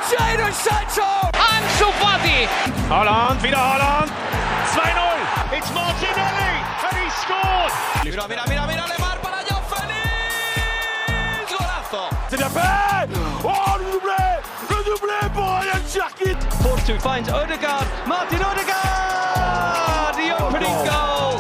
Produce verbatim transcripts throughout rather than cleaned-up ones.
Jadon Sancho! Ansu Fati! Haaland, wieder Haaland! zwei null! It's Martinelli! And he scored! Mira, mira, mira, mira, Lemar para João Félix! Golazo! C'est bien fait! Oh, le doublé! Le doublé pour Ryan Cherki! Force finds Odegaard. Martin Odegaard! The opening goal!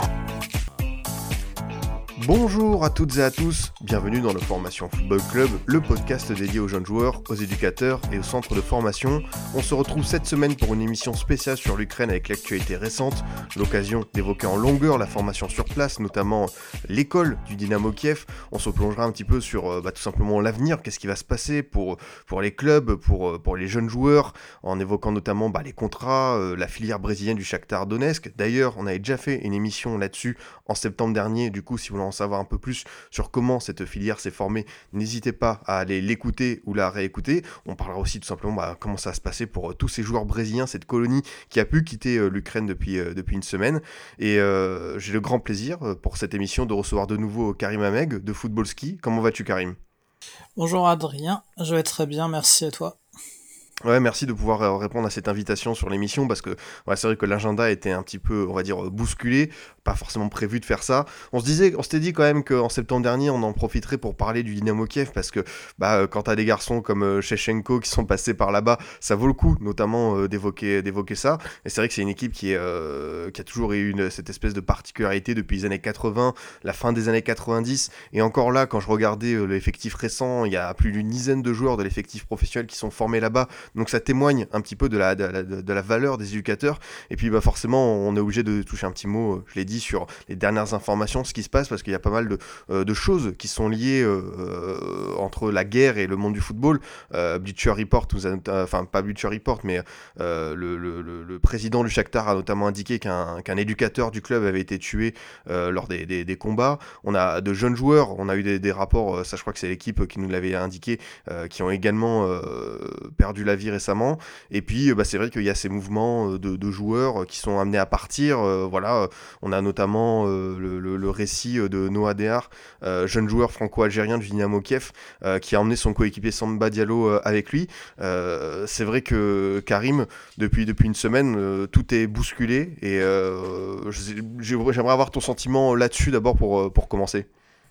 Bonjour à toutes et à tous, bienvenue dans le Formation Football Club, le podcast dédié aux jeunes joueurs, aux éducateurs et aux centres de formation. On se retrouve cette semaine pour une émission spéciale sur l'Ukraine avec l'actualité récente, l'occasion d'évoquer en longueur la formation sur place, notamment l'école du Dynamo Kiev. On se plongera un petit peu sur bah, tout simplement l'avenir, qu'est-ce qui va se passer pour, pour les clubs, pour, pour les jeunes joueurs, en évoquant notamment bah, les contrats, euh, la filière brésilienne du Shakhtar Donetsk. D'ailleurs, on avait déjà fait une émission là-dessus en septembre dernier, du coup si vous voulez en savoir un peu plus sur comment cette filière s'est formée, n'hésitez pas à aller l'écouter ou la réécouter. On parlera aussi tout simplement bah, comment ça va se passer pour euh, tous ces joueurs brésiliens, cette colonie qui a pu quitter euh, l'Ukraine depuis, euh, depuis une semaine. Et euh, j'ai le grand plaisir euh, pour cette émission de recevoir de nouveau Karim Ameg de Football Ski. Comment vas-tu, Karim ? Bonjour Adrien, je vais très bien, merci à toi. Ouais, merci de pouvoir euh, répondre à cette invitation sur l'émission parce que ouais, c'est vrai que l'agenda était un petit peu, on va dire, bousculé, pas forcément prévu de faire ça. On se disait, on s'était dit quand même qu'en septembre dernier, on en profiterait pour parler du Dynamo Kiev parce que bah, quand t'as des garçons comme euh, Shevchenko qui sont passés par là-bas, ça vaut le coup, notamment euh, d'évoquer, d'évoquer ça. Et c'est vrai que c'est une équipe qui, est, euh, qui a toujours eu une, cette espèce de particularité depuis les années quatre-vingts, la fin des années quatre-vingt-dix. Et encore là, quand je regardais euh, l'effectif récent, il y a plus d'une dizaine de joueurs de l'effectif professionnel qui sont formés là-bas. Donc ça témoigne un petit peu de la, de la, de la valeur des éducateurs. Et puis bah forcément, on est obligé de toucher un petit mot, je l'ai dit, sur les dernières informations, ce qui se passe, parce qu'il y a pas mal de, euh, de choses qui sont liées euh, entre la guerre et le monde du football. Euh, Bleacher Report, nous a, euh, enfin pas Bleacher Report, mais euh, le, le, le, le président du Shakhtar a notamment indiqué qu'un, qu'un éducateur du club avait été tué euh, lors des, des, des combats. On a de jeunes joueurs, on a eu des, des rapports, ça je crois que c'est l'équipe qui nous l'avait indiqué, euh, qui ont également euh, perdu la vie récemment. Et puis bah, c'est vrai qu'il y a ces mouvements de, de joueurs qui sont amenés à partir. Euh, voilà, on a notamment euh, le, le, le récit de Noah Dehar, euh, jeune joueur franco-algérien du Dynamo Kiev, euh, qui a emmené son coéquipier Samba Diallo euh, avec lui. Euh, c'est vrai que Karim, depuis, depuis une semaine, euh, tout est bousculé et euh, j'aimerais avoir ton sentiment là-dessus d'abord pour, pour commencer.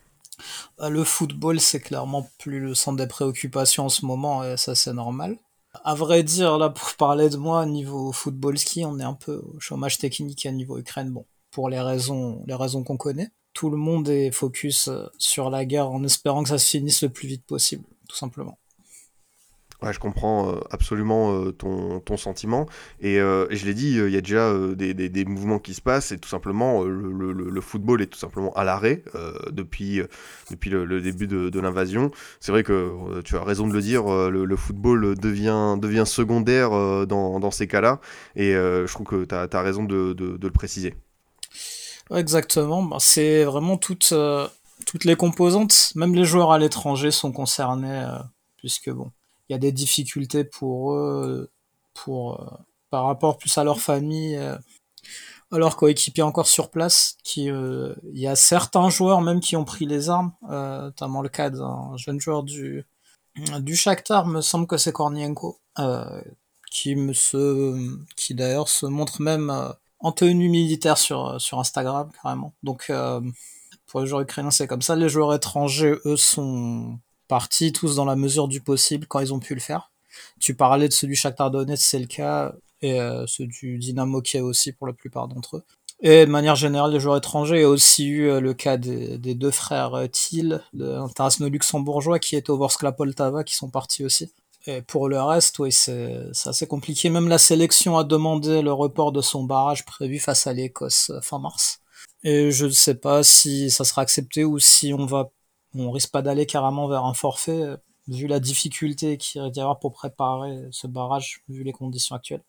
Le football, c'est clairement plus le centre des préoccupations en ce moment, et ça c'est normal. À vrai dire, là, pour parler de moi, niveau football ski, on est un peu au chômage technique à niveau Ukraine, bon, pour les raisons, les raisons qu'on connaît. Tout le monde est focus sur la guerre en espérant que ça se finisse le plus vite possible, tout simplement. Ouais, je comprends euh, absolument euh, ton, ton sentiment. Et, euh, et je l'ai dit, il euh, y a déjà euh, des, des, des mouvements qui se passent. Et tout simplement, euh, le, le, le football est tout simplement à l'arrêt euh, depuis, euh, depuis le, le début de, de l'invasion. C'est vrai que euh, tu as raison de le dire, euh, le, le football devient, devient secondaire euh, dans, dans ces cas-là. Et euh, je trouve que tu as raison de, de, de le préciser. Ouais, exactement. Ben, c'est vraiment toutes, euh, toutes les composantes. Même les joueurs à l'étranger sont concernés, euh, puisque bon, il y a des difficultés pour eux, pour, euh, par rapport plus à leur famille, euh, à leurs coéquipiers encore sur place. Qui, euh, il y a certains joueurs même qui ont pris les armes, euh, notamment le cas d'un jeune joueur du, du Shakhtar, me semble que c'est Kornienko, euh, qui me se, qui d'ailleurs se montre même euh, en tenue militaire sur, sur Instagram, carrément. Donc, euh, pour les joueurs ukrainiens, c'est comme ça. Les joueurs étrangers, eux, sont partis tous dans la mesure du possible quand ils ont pu le faire. Tu parlais de ceux du Shakhtar Donetsk, c'est le cas, et euh, ceux du Dynamo Kiev aussi pour la plupart d'entre eux. Et de manière générale, les joueurs étrangers, il y a aussi eu euh, le cas des, des deux frères euh, Thiel, internationaux luxembourgeois, qui étaient au Vorskla Poltava, qui sont partis aussi. Et pour le reste, oui, c'est, c'est assez compliqué. Même la sélection a demandé le report de son barrage prévu face à l'Écosse euh, fin mars. Et je ne sais pas si ça sera accepté ou si on va, on risque pas d'aller carrément vers un forfait, vu la difficulté qu'il y a pour préparer ce barrage, vu les conditions actuelles.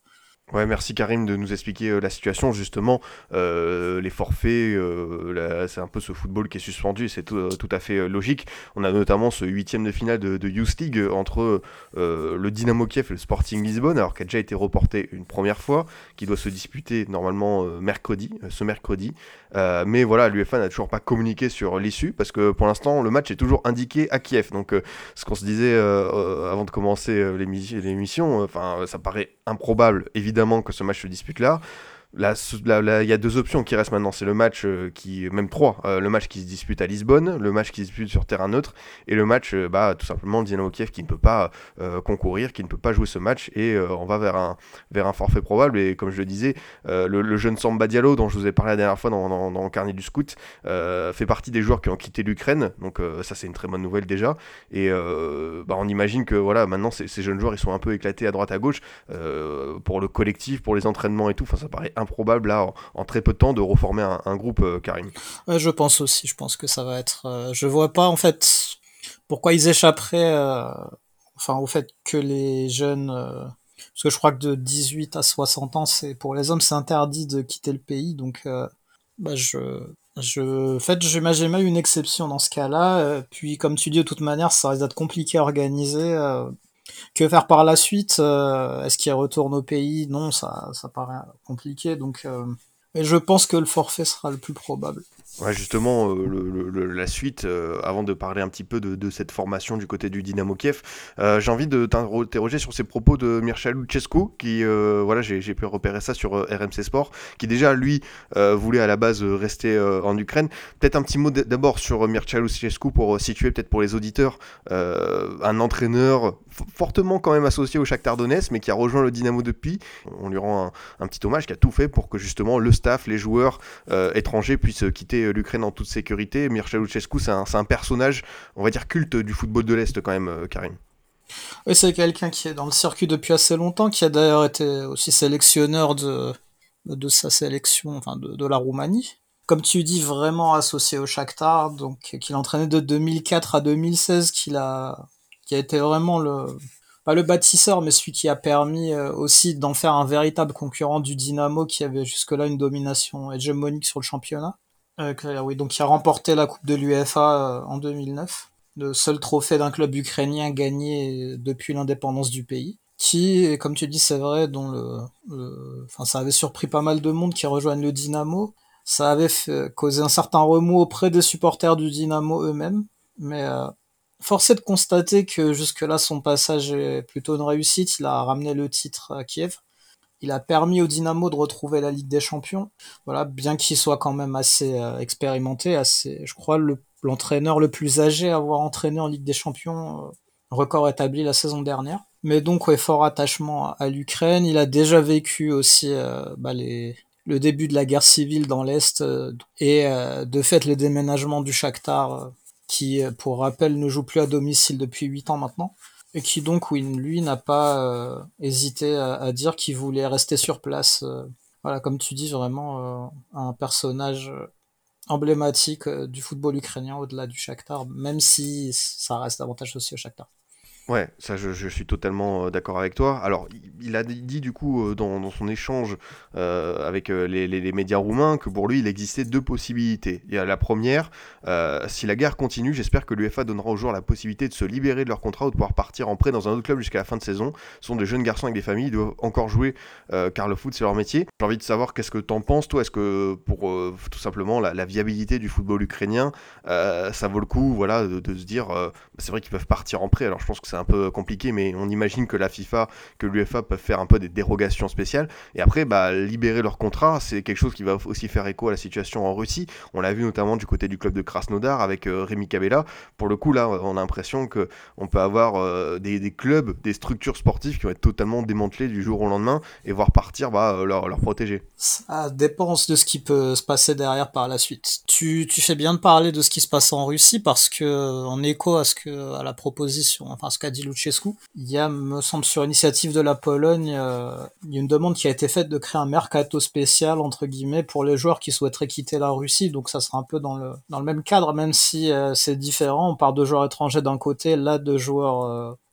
Ouais, merci Karim de nous expliquer euh, la situation. Justement, euh, les forfaits, euh, la- c'est un peu ce football qui est suspendu, et c'est tout, euh, tout à fait euh, logique. On a notamment ce huitième de finale de, de Youth League euh, entre euh, le Dynamo Kiev et le Sporting Lisbonne, alors qu'elle a déjà été reporté une première fois, qui doit se disputer normalement euh, mercredi, euh, ce mercredi. Euh, mais voilà, l'UEFA n'a toujours pas communiqué sur l'issue, parce que pour l'instant, le match est toujours indiqué à Kiev. Donc, euh, ce qu'on se disait euh, euh, avant de commencer euh, l'émi- l'émission, enfin, euh, ça paraît improbable, évidemment, que ce match se dispute là. Là, ce- là, là, il y a deux options qui restent maintenant. C'est le match euh, qui, même trois, euh, le match qui se dispute à Lisbonne, le match qui se dispute sur terrain neutre, et le match, euh, bah, tout simplement, le Dynamo Kiev qui ne peut pas euh, concourir, qui ne peut pas jouer ce match, et euh, on va vers un, vers un forfait probable. Et comme je le disais, euh, le, le jeune Samba Diallo, dont je vous ai parlé la dernière fois dans, dans, dans le carnet du scout, euh, fait partie des joueurs qui ont quitté l'Ukraine. Donc euh, ça, c'est une très bonne nouvelle déjà. Et euh, bah, on imagine que voilà, maintenant, ces, ces jeunes joueurs, ils sont un peu éclatés à droite à gauche euh, pour le collectif, pour les entraînements et tout. Enfin, ça paraît improbable là, en, en très peu de temps, de reformer un, un groupe, euh, Karim. Ouais, je pense aussi, je pense que ça va être... euh, je vois pas, en fait, pourquoi ils échapperaient euh, enfin, au fait que les jeunes... euh, parce que je crois que de dix-huit à soixante ans, c'est pour les hommes, c'est interdit de quitter le pays, donc euh, bah, je... Je, en fait, j'imagine même une exception dans ce cas-là. euh, puis, comme tu dis, de toute manière, ça risque d'être compliqué à organiser. euh, Que faire par la suite? euh, Est-ce qu'ils retournent au pays? Non, ça, ça paraît compliqué. Donc, euh, et je pense que le forfait sera le plus probable. Ouais, justement, euh, le, le- le- la suite, euh, avant de parler un petit peu de, de cette formation du côté du Dynamo Kiev, euh, j'ai envie de t'interroger sur ces propos de Mircea Lucescu, qui, euh, voilà, j'ai j'ai pu repérer ça sur euh, R M C Sport, qui déjà, lui, euh, voulait à la base euh, rester euh, en Ukraine. Peut-être un petit mot d- d'abord sur Mircea Lucescu pour euh, situer, peut-être pour les auditeurs, euh, un entraîneur f- fortement quand même associé au Shakhtar Donetsk, mais qui a rejoint le Dynamo depuis. On lui rend un, un petit hommage, qui a tout fait pour que justement le staff, les joueurs euh, étrangers puissent quitter l'Ukraine en toute sécurité. Mircea Lucescu, c'est un, c'est un personnage, on va dire, culte du football de l'Est quand même, euh, Karim. Oui, c'est quelqu'un qui est dans le circuit depuis assez longtemps, qui a d'ailleurs été aussi sélectionneur de, de sa sélection, enfin de, de la Roumanie. Comme tu dis, vraiment associé au Shakhtar, donc qu'il a entraîné de deux mille quatre à deux mille seize, qu'il a, qui a été vraiment le, pas le bâtisseur, mais celui qui a permis euh, aussi d'en faire un véritable concurrent du Dynamo, qui avait jusque-là une domination hégémonique sur le championnat. Euh, que- oui, donc il a remporté la Coupe de l'UEFA euh, en deux mille neuf, le seul trophée d'un club ukrainien gagné depuis l'indépendance du pays. Qui, comme tu dis, c'est vrai, dont le, le- enfin, ça avait surpris pas mal de monde qui rejoignent le Dynamo. Ça avait fait, causé un certain remous auprès des supporters du Dynamo eux-mêmes, mais euh, force est de constater que jusque-là son passage est plutôt une réussite. Il a ramené le titre à Kiev. Il a permis au Dynamo de retrouver la Ligue des Champions. Voilà, bien qu'il soit quand même assez euh, expérimenté, assez, je crois, le, l'entraîneur le plus âgé à avoir entraîné en Ligue des Champions, euh, record établi la saison dernière. Mais donc, ouais, fort attachement à, à l'Ukraine. Il a déjà vécu aussi euh, bah, les, le début de la guerre civile dans l'Est euh, et euh, de fait les déménagements du Shakhtar, euh, qui, euh, pour rappel, ne joue plus à domicile depuis huit ans maintenant. Et qui donc, oui, lui, n'a pas euh, hésité à, à dire qu'il voulait rester sur place. euh. Voilà, comme tu dis, vraiment euh, un personnage euh, emblématique euh, du football ukrainien au-delà du Shakhtar, même si ça reste davantage aussi au Shakhtar. Ouais, ça je, je suis totalement euh, d'accord avec toi. Alors, il, il a dit du coup euh, dans, dans son échange euh, avec euh, les, les- les médias roumains que pour lui il existait deux possibilités. Il y a la première, euh, si la guerre continue, j'espère que l'UEFA donnera aux joueurs la possibilité de se libérer de leur contrat ou de pouvoir partir en prêt dans un autre club jusqu'à la fin de saison. Ce sont des jeunes garçons avec des familles, ils doivent encore jouer euh, car le foot c'est leur métier. J'ai envie de savoir qu'est-ce que t'en penses toi. Est-ce que pour euh, tout simplement la, la viabilité du football ukrainien, euh, ça vaut le coup, voilà, de, de se dire, euh, c'est vrai qu'ils peuvent partir en prêt. Alors je pense que c'est un peu compliqué, mais on imagine que la FIFA, que l'UEFA peuvent faire un peu des dérogations spéciales. Et après, bah, libérer leur contrat, c'est quelque chose qui va aussi faire écho à la situation en Russie. On l'a vu notamment du côté du club de Krasnodar avec euh, Rémi Kabela. Pour le coup, là, on a l'impression que on peut avoir euh, des, des clubs, des structures sportives qui vont être totalement démantelées du jour au lendemain et voir partir bah, leur, leur protéger. Ça dépend de ce qui peut se passer derrière par la suite. Tu, tu fais bien de parler de ce qui se passe en Russie parce que, en écho à ce que, à la proposition, enfin, ce qu'a dit Lucescu, il y a, me semble, sur initiative de la Pologne, euh, il y a une demande qui a été faite de créer un mercato spécial, entre guillemets, pour les joueurs qui souhaiteraient quitter la Russie. Donc ça sera un peu dans le, dans le même cadre, même si euh, c'est différent. On parle de joueurs étrangers d'un côté, là de joueurs euh,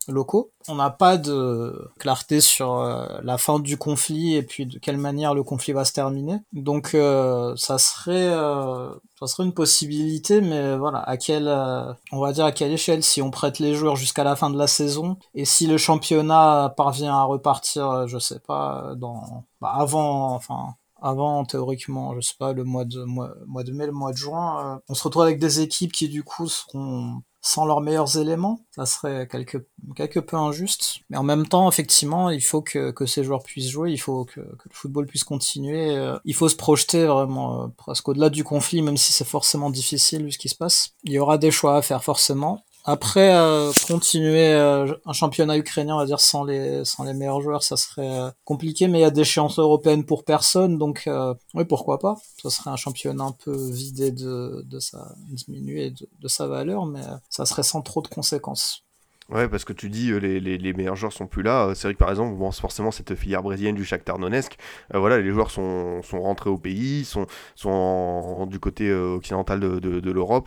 locaux. On n'a pas de clarté sur euh, la fin du conflit et puis de quelle manière le conflit va se terminer. Donc euh, ça serait euh, ça serait une possibilité, mais voilà, à quelle euh, on va dire à quelle échelle, si on prête les joueurs jusqu'à la fin de la saison et si le championnat parvient à repartir, je sais pas, dans bah, avant enfin avant, théoriquement, je sais pas, le mois de mois, mois de mai, le mois de juin, euh, on se retrouve avec des équipes qui du coup seront sans leurs meilleurs éléments. Ça serait quelque quelque peu injuste. Mais en même temps, effectivement, il faut que que ces joueurs puissent jouer, il faut que, que le football puisse continuer. Euh, il faut se projeter vraiment euh, presque au-delà du conflit, même si c'est forcément difficile vu ce qui se passe. Il y aura des choix à faire forcément. Après, euh, continuer euh, un championnat ukrainien, on va dire, sans les sans les meilleurs joueurs, ça serait euh, compliqué, mais il y a des échéances européennes pour personne, donc euh, oui, pourquoi pas. Ça serait un championnat un peu vidé de, de sa diminué de, de sa valeur, mais euh, ça serait sans trop de conséquences. Ouais, parce que tu dis euh, les, les, les meilleurs joueurs sont plus là. Euh, C'est vrai que par exemple, bon, c'est forcément cette filière brésilienne du Shakhtar Donetsk, euh, voilà, les joueurs sont, sont rentrés au pays, sont, sont en- du côté euh, occidental de, de, de l'Europe.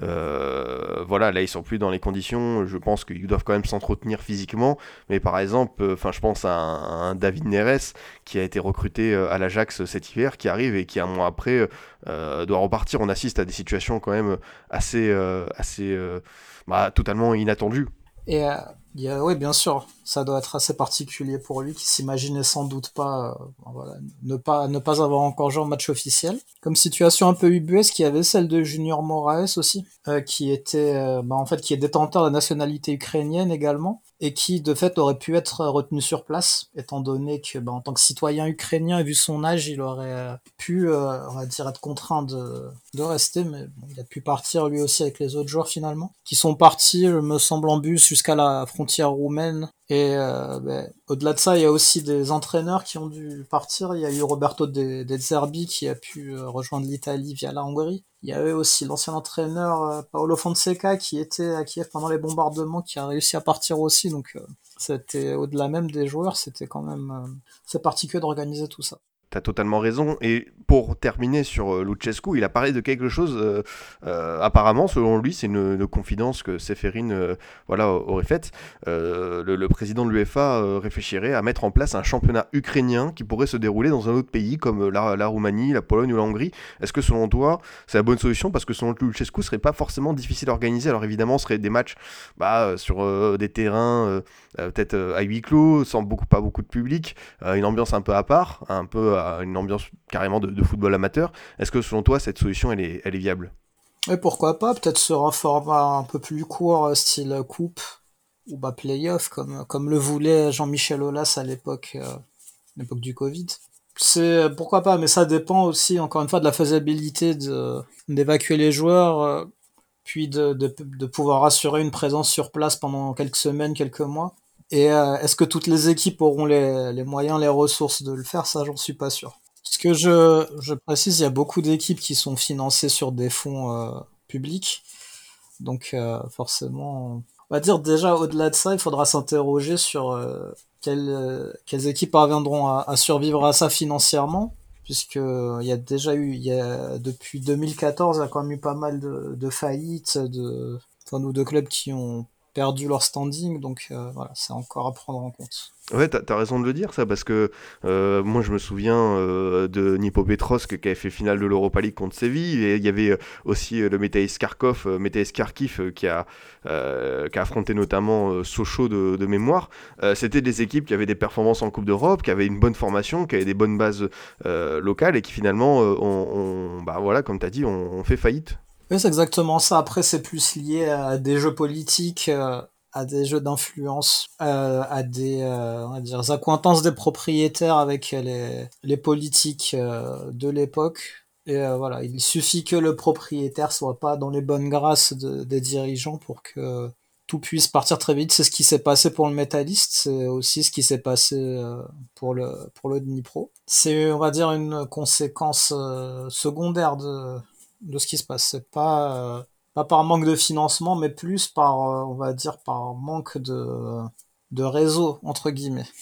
Euh, voilà, là ils sont plus dans les conditions. Je pense qu'ils doivent quand même s'entretenir physiquement. Mais par exemple, enfin, je pense à un, à un David Neres qui a été recruté euh, à l'Ajax cet hiver, qui arrive et qui un mois après euh, doit repartir. On assiste à des situations quand même assez, euh, assez, euh, bah, totalement inattendues. Et euh, il y a, oui, bien sûr, ça doit être assez particulier pour lui, qui s'imaginait sans doute pas, euh, bon, voilà, ne pas ne pas avoir encore joué en match officiel. Comme situation un peu ubuesque, il y avait celle de Junior Moraes aussi, euh, qui était, euh, bah, en fait, qui est détenteur de la nationalité ukrainienne également, et qui de fait aurait pu être retenu sur place, étant donné que, bah, en tant que citoyen ukrainien et vu son âge, il aurait euh, pu, euh, on va dire, être contraint de de rester, mais bon, il a pu partir lui aussi avec les autres joueurs finalement, qui sont partis, je me semble, en bus jusqu'à la frontière roumaine. Et euh, ben, au-delà de ça, il y a aussi des entraîneurs qui ont dû partir. Il y a eu Roberto De, De Zerbi qui a pu euh, rejoindre l'Italie via la Hongrie. Il y avait aussi l'ancien entraîneur euh, Paolo Fonseca qui était à Kiev pendant les bombardements, qui a réussi à partir aussi. Donc euh, c'était au-delà même des joueurs, c'était quand même euh, c'est particulier d'organiser tout ça. T'as totalement raison. Et pour terminer sur euh, Lucescu, il a parlé de quelque chose, euh, euh, apparemment, selon lui, c'est une, une confidence que Seferin euh, voilà, aurait faite. Euh, le, le président de l'UEFA euh, réfléchirait à mettre en place un championnat ukrainien qui pourrait se dérouler dans un autre pays, comme la, la Roumanie, la Pologne ou la Hongrie. Est-ce que selon toi, c'est la bonne solution? Parce que selon Lucescu, ce serait pas forcément difficile à organiser. Alors évidemment, ce serait des matchs bah, sur euh, des terrains euh, euh, peut-être euh, à huis clos, sans beaucoup, pas beaucoup de public, euh, une ambiance un peu à part, un peu à une ambiance carrément de, de football amateur. Est-ce que selon toi, cette solution, elle est, elle est viable? Et pourquoi pas, peut-être sur un format un peu plus court, euh, style coupe ou bah playoff, comme, comme le voulait Jean-Michel Aulas à l'époque, euh, l'époque du Covid. C'est pourquoi pas, mais ça dépend aussi, encore une fois, de la faisabilité de, d'évacuer les joueurs, euh, puis de, de, de pouvoir assurer une présence sur place pendant quelques semaines, quelques mois. Et euh, est-ce que toutes les équipes auront les, les moyens, les ressources de le faire? Ça, j'en suis pas sûr. Ce que je, je précise, il y a beaucoup d'équipes qui sont financées sur des fonds euh, publics. Donc euh, forcément, on va dire déjà au-delà de ça, il faudra s'interroger sur euh, quelles, euh, quelles équipes parviendront à, à survivre à ça financièrement, puisque euh, il y a déjà eu, il y a depuis deux mille quatorze, il y a quand même eu pas mal de, de faillites, de, enfin, ou de clubs qui ont perdu leur standing, donc euh, voilà, c'est encore à prendre en compte. Ouais, t'as, t'as raison de le dire ça, parce que euh, moi je me souviens euh, de Nipo Petrovsk qui avait fait finale de l'Europa League contre Séville, et il y avait euh, aussi euh, le Meteis Kharkov, euh, Meteis Kharkiv euh, qui, a, euh, qui a affronté notamment euh, Sochaux de, de mémoire. Euh, c'était des équipes qui avaient des performances en Coupe d'Europe, qui avaient une bonne formation, qui avaient des bonnes bases euh, locales, et qui finalement, euh, ont, ont- bah voilà, comme t'as dit, ont, ont fait faillite. Oui, c'est exactement ça. Après, c'est plus lié à des jeux politiques, euh, à des jeux d'influence, euh, à des euh, on va dire, accointances des propriétaires avec les, les politiques euh, de l'époque. Et euh, voilà, il suffit que le propriétaire soit pas dans les bonnes grâces de- des dirigeants pour que tout puisse partir très vite. C'est ce qui s'est passé pour le Métalliste, c'est aussi ce qui s'est passé euh, pour le pour le Dnipro. C'est, on va dire, une conséquence euh, secondaire de de ce qui se passe. C'est pas, euh, pas par manque de financement, mais plus par, euh, on va dire, par manque de, de réseau, entre guillemets.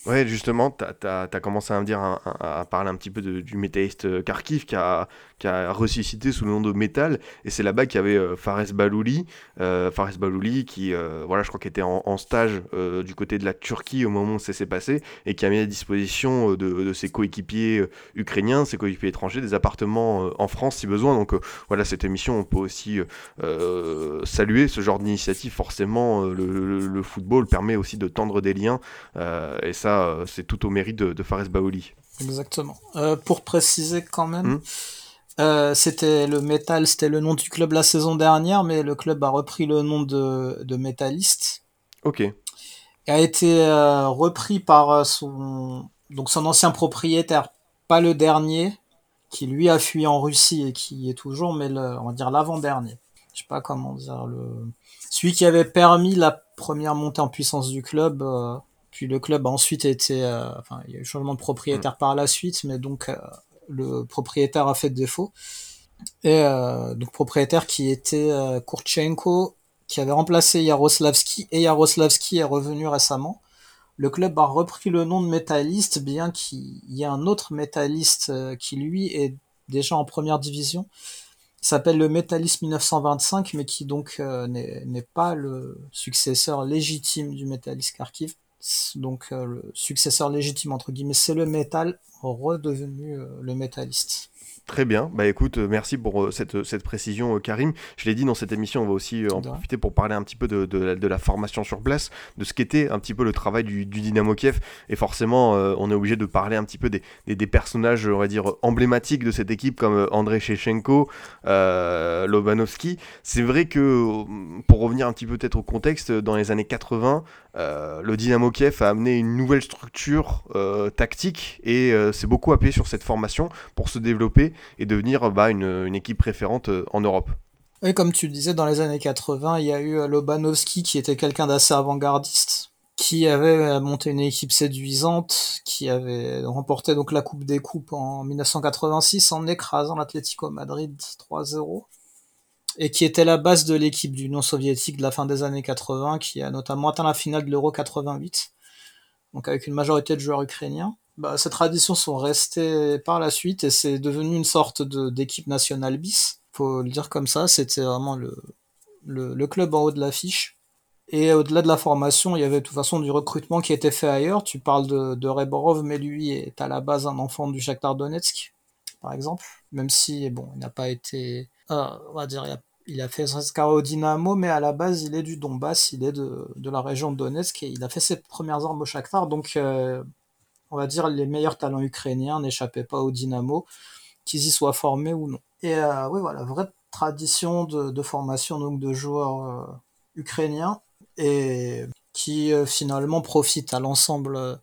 Ouais, justement, tu as commencé à me dire, un- un- à parler un petit peu de- du métalliste euh, Kharkiv qui a, qui a ressuscité sous le nom de Metal, et c'est là-bas qu'il y avait euh, Fares Balouli, euh, Fares Balouli qui, euh, voilà, je crois qu'il était en, en stage euh, du côté de la Turquie au moment où ça s'est passé, et qui a mis à disposition euh, de, de ses coéquipiers euh, ukrainiens, ses coéquipiers étrangers, des appartements euh, en France si besoin. Donc euh, voilà, cette émission, on peut aussi euh, euh, saluer ce genre d'initiative. Forcément, euh, le, le- le football permet aussi de tendre des liens, euh, et ça, euh, c'est tout au mérite de, de Fares Baouli. Exactement. Euh, pour préciser quand même, Hmm. euh, c'était le Metal, c'était le nom du club la saison dernière, mais le club a repris le nom de, de Metalist Ok. et a été euh, repris par euh, son donc son ancien propriétaire, pas le dernier, qui lui a fui en Russie et qui y est toujours, mais le, on va dire l'avant-dernier. Je sais pas comment dire le celui qui avait permis la première montée en puissance du club. Euh, puis le club a ensuite été, euh, enfin, il y a eu changement de Hmm. propriétaire par la suite, mais donc euh, le propriétaire a fait défaut. Et euh, donc propriétaire qui était euh, Kurchenko, qui avait remplacé Yaroslavski, et Yaroslavski est revenu récemment. Le club a repris le nom de Metalist, bien qu'il y ait un autre Metalist euh, qui lui est déjà en première division. Il s'appelle le Metalist mille neuf cent vingt-cinq, mais qui donc euh, n'est n'est pas le successeur légitime du Metalist Kharkiv. Donc euh, le successeur légitime entre guillemets, c'est le Metal redevenu euh, le Metalist. Très bien, bah écoute, euh, merci pour euh, cette, cette précision, euh, Karim. Je l'ai dit, dans cette émission, on va aussi euh, en De rien. profiter pour parler un petit peu de, de, la, de la formation sur place, de ce qu'était un petit peu le travail du, du Dynamo Kiev. Et forcément, euh, on est obligé de parler un petit peu des, des, des personnages, on va dire, emblématiques de cette équipe, comme euh, Andrei Shevchenko, euh, Lobanovski. C'est vrai que, euh, pour revenir un petit peu peut-être au contexte, dans les années quatre-vingts, euh, le Dynamo Kiev a amené une nouvelle structure euh, tactique, et euh, s'est beaucoup appuyé sur cette formation pour se développer et devenir bah, une, une équipe référente euh, en Europe. Et comme tu le disais, dans les années quatre-vingts, il y a eu euh, Lobanovski qui était quelqu'un d'assez avant-gardiste, qui avait euh, monté une équipe séduisante, qui avait remporté donc la Coupe des Coupes en mille neuf cent quatre-vingt-six en écrasant l'Atlético Madrid trois zéro, et qui était la base de l'équipe d'Union soviétique de la fin des années quatre-vingts, qui a notamment atteint la finale de l'Euro quatre-vingt-huit, donc avec une majorité de joueurs ukrainiens. Bah, ces traditions sont restées par la suite et c'est devenu une sorte de, d'équipe nationale bis. Faut le dire comme ça, c'était vraiment le, le, le club en haut de l'affiche. Et au-delà de la formation, il y avait de toute façon du recrutement qui était fait ailleurs. Tu parles de, de Reborov, mais lui est à la base un enfant du Shakhtar Donetsk, par exemple. Même si, bon, il n'a pas été, euh, on va dire, il a, il a fait son carrière au Dynamo, mais à la base, il est du Donbass, il est de, de la région de Donetsk et il a fait ses premières armes au Shakhtar. Donc, euh, on va dire, les meilleurs talents ukrainiens n'échappaient pas au Dynamo, qu'ils y soient formés ou non. Et euh, oui, voilà, vraie tradition de, de formation donc de joueurs euh, ukrainiens et qui euh, finalement profitent à l'ensemble euh,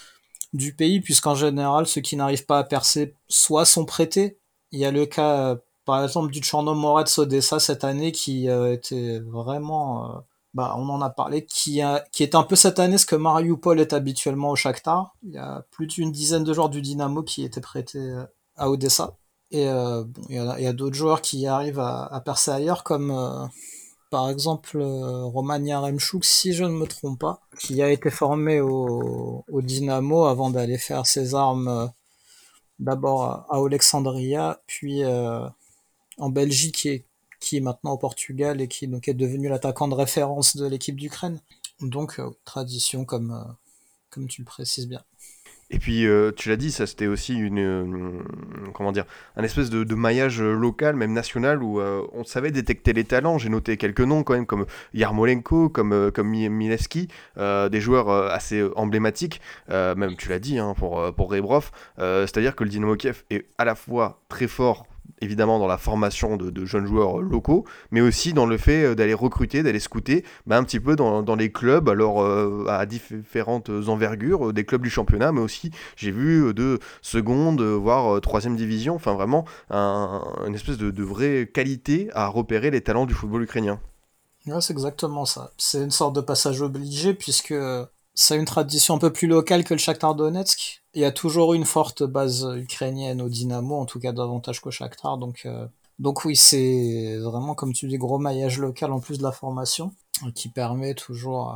du pays, puisqu'en général, ceux qui n'arrivent pas à percer soit sont prêtés. Il y a le cas, euh, par exemple, du Tchernomorets Odessa cette année qui euh, était vraiment, euh, bah, on en a parlé, qui, a, qui est un peu cette année ce que Mariupol est habituellement au Shakhtar. Il y a plus d'une dizaine de joueurs du Dynamo qui étaient prêtés euh, à Odessa. Et euh, bon, il y a, il y a d'autres joueurs qui arrivent à, à percer ailleurs, comme euh, par exemple euh, Roman Yaremchuk, si je ne me trompe pas, qui a été formé au, au Dynamo avant d'aller faire ses armes euh, d'abord à, à Alexandria, puis euh, en Belgique, et qui est maintenant au Portugal et qui donc est devenu l'attaquant de référence de l'équipe d'Ukraine. Donc euh, tradition comme, euh, comme tu le précises bien. Et puis, euh, tu l'as dit, ça c'était aussi une, euh, comment dire, un espèce de, de maillage euh, local, même national, où euh, on savait détecter les talents. J'ai noté quelques noms quand même, comme Yarmolenko, comme, euh, comme Mi- Milevski, euh, des joueurs euh, assez euh, emblématiques, euh, même tu l'as dit, hein, pour, euh, pour Rebrov. Euh, c'est-à-dire que le Dynamo Kiev est à la fois très fort, évidemment, dans la formation de, de jeunes joueurs euh, locaux, mais aussi dans le fait euh, d'aller recruter, d'aller scouter, bah, un petit peu dans, dans les clubs, alors euh, à différentes envergures, euh, des clubs du championnat, mais aussi j'ai vu euh, de seconde, euh, voire euh, troisième division, enfin vraiment un, une espèce de, de vraie qualité à repérer les talents du football ukrainien. Ouais, c'est exactement ça. C'est une sorte de passage obligé puisque c'est une tradition un peu plus locale que le Shakhtar Donetsk. Il y a toujours eu une forte base ukrainienne au Dynamo, en tout cas davantage qu'au Shakhtar. Donc, euh, donc oui, c'est vraiment, comme tu dis, gros maillage local en plus de la formation, qui permet toujours à,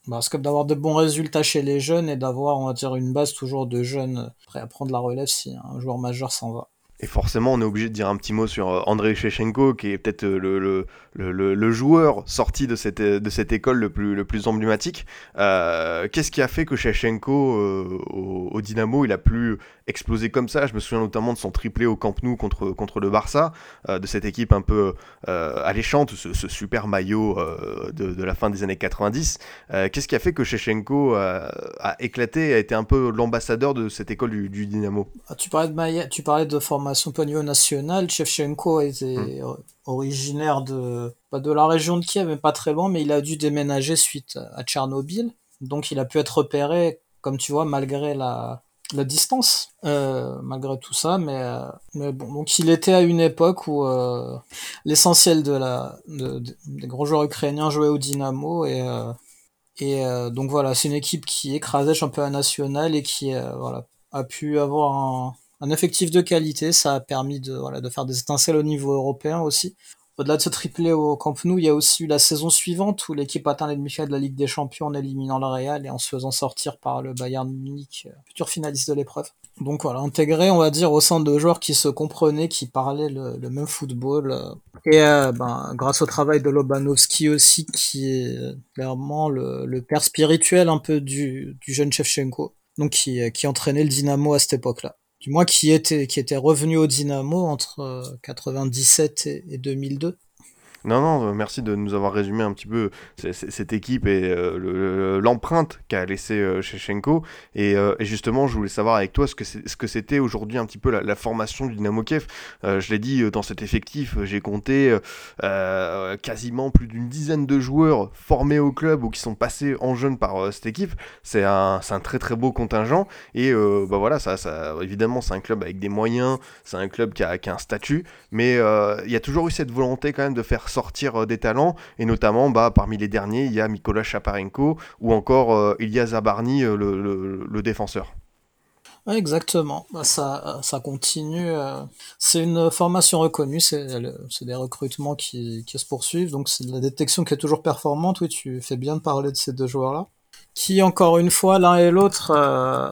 Parce que d'avoir de bons résultats chez les jeunes et d'avoir, on va dire, une base toujours de jeunes prêts à prendre la relève si un joueur majeur s'en va. Et forcément, on est obligé de dire un petit mot sur euh, Andrei Shevchenko, qui est peut-être euh, le, le, le, le, le joueur sorti de cette, de cette école le plus, le plus emblématique. Euh, qu'est-ce qui a fait que Shevchenko, euh, au, au Dynamo, il a pu exploser comme ça? Je me souviens notamment de son triplé au Camp Nou contre, contre le Barça, euh, de cette équipe un peu euh, alléchante, ce, ce super maillot euh, de, de la fin des années quatre-vingt-dix. Euh, qu'est-ce qui a fait que Shevchenko a, a éclaté, a été un peu l'ambassadeur de cette école du, du Dynamo? Ah, Tu parlais de Maïa, tu parlais de formation au niveau national. Shevchenko était Hmm. originaire de, pas de la région de Kiev, mais pas très loin, mais il a dû déménager suite à Tchernobyl. Donc il a pu être repéré, comme tu vois, malgré la, la distance, euh, malgré tout ça. Mais, euh, mais bon, donc il était à une époque où euh, l'essentiel de la, de- de- des gros joueurs ukrainiens jouaient au Dynamo et euh, et euh, donc voilà, c'est une équipe qui écrasait le championnat national et qui euh, voilà, a pu avoir un, un effectif de qualité. Ça a permis de, voilà, de faire des étincelles au niveau européen aussi. Au-delà de ce triplé au Camp Nou, il y a aussi eu la saison suivante où l'équipe atteint les demi-finales de la Ligue des Champions en éliminant le Real et en se faisant sortir par le Bayern Munich, euh, futur finaliste de l'épreuve. Donc voilà, intégré, on va dire, au sein de joueurs qui se comprenaient, qui parlaient le, le même football. euh, et euh, ben, grâce au travail de Lobanovski aussi, qui est euh, clairement le, le père spirituel un peu du, du jeune Shevchenko, donc qui, euh, qui entraînait le Dynamo à cette époque-là. Du moins qui était, qui était revenu au Dynamo entre euh, quatre-vingt-dix-sept et, et deux mille deux. Non, non, euh, merci de nous avoir résumé un petit peu c- c- cette équipe et euh, le- le- l'empreinte qu'a laissé euh, Shevchenko. Et, euh, et justement, je voulais savoir avec toi ce que, c'est- ce que c'était aujourd'hui un petit peu la, la formation du Dynamo Kiev. Euh, je l'ai dit, euh, dans cet effectif, euh, j'ai compté euh, euh, quasiment plus d'une dizaine de joueurs formés au club ou qui sont passés en jeune par euh, cette équipe. C'est un, c'est un très très beau contingent. Et euh, bah voilà, ça, ça, évidemment, c'est un club avec des moyens, c'est un club qui a, qui a un statut. Mais euh, il y a toujours eu cette volonté quand même de faire sortir euh, des talents, et notamment bah, parmi les derniers, il y a Mikola Shaparenko ou encore euh, Ilya Zabarny, euh, le, le- le défenseur. Ouais, exactement. Bah, ça, ça continue. euh, C'est une formation reconnue. C'est le- c'est des recrutements qui, qui se poursuivent. Donc c'est de la détection qui est toujours performante. Oui, tu fais bien de parler de ces deux joueurs-là. Qui, encore une fois, l'un et l'autre, euh,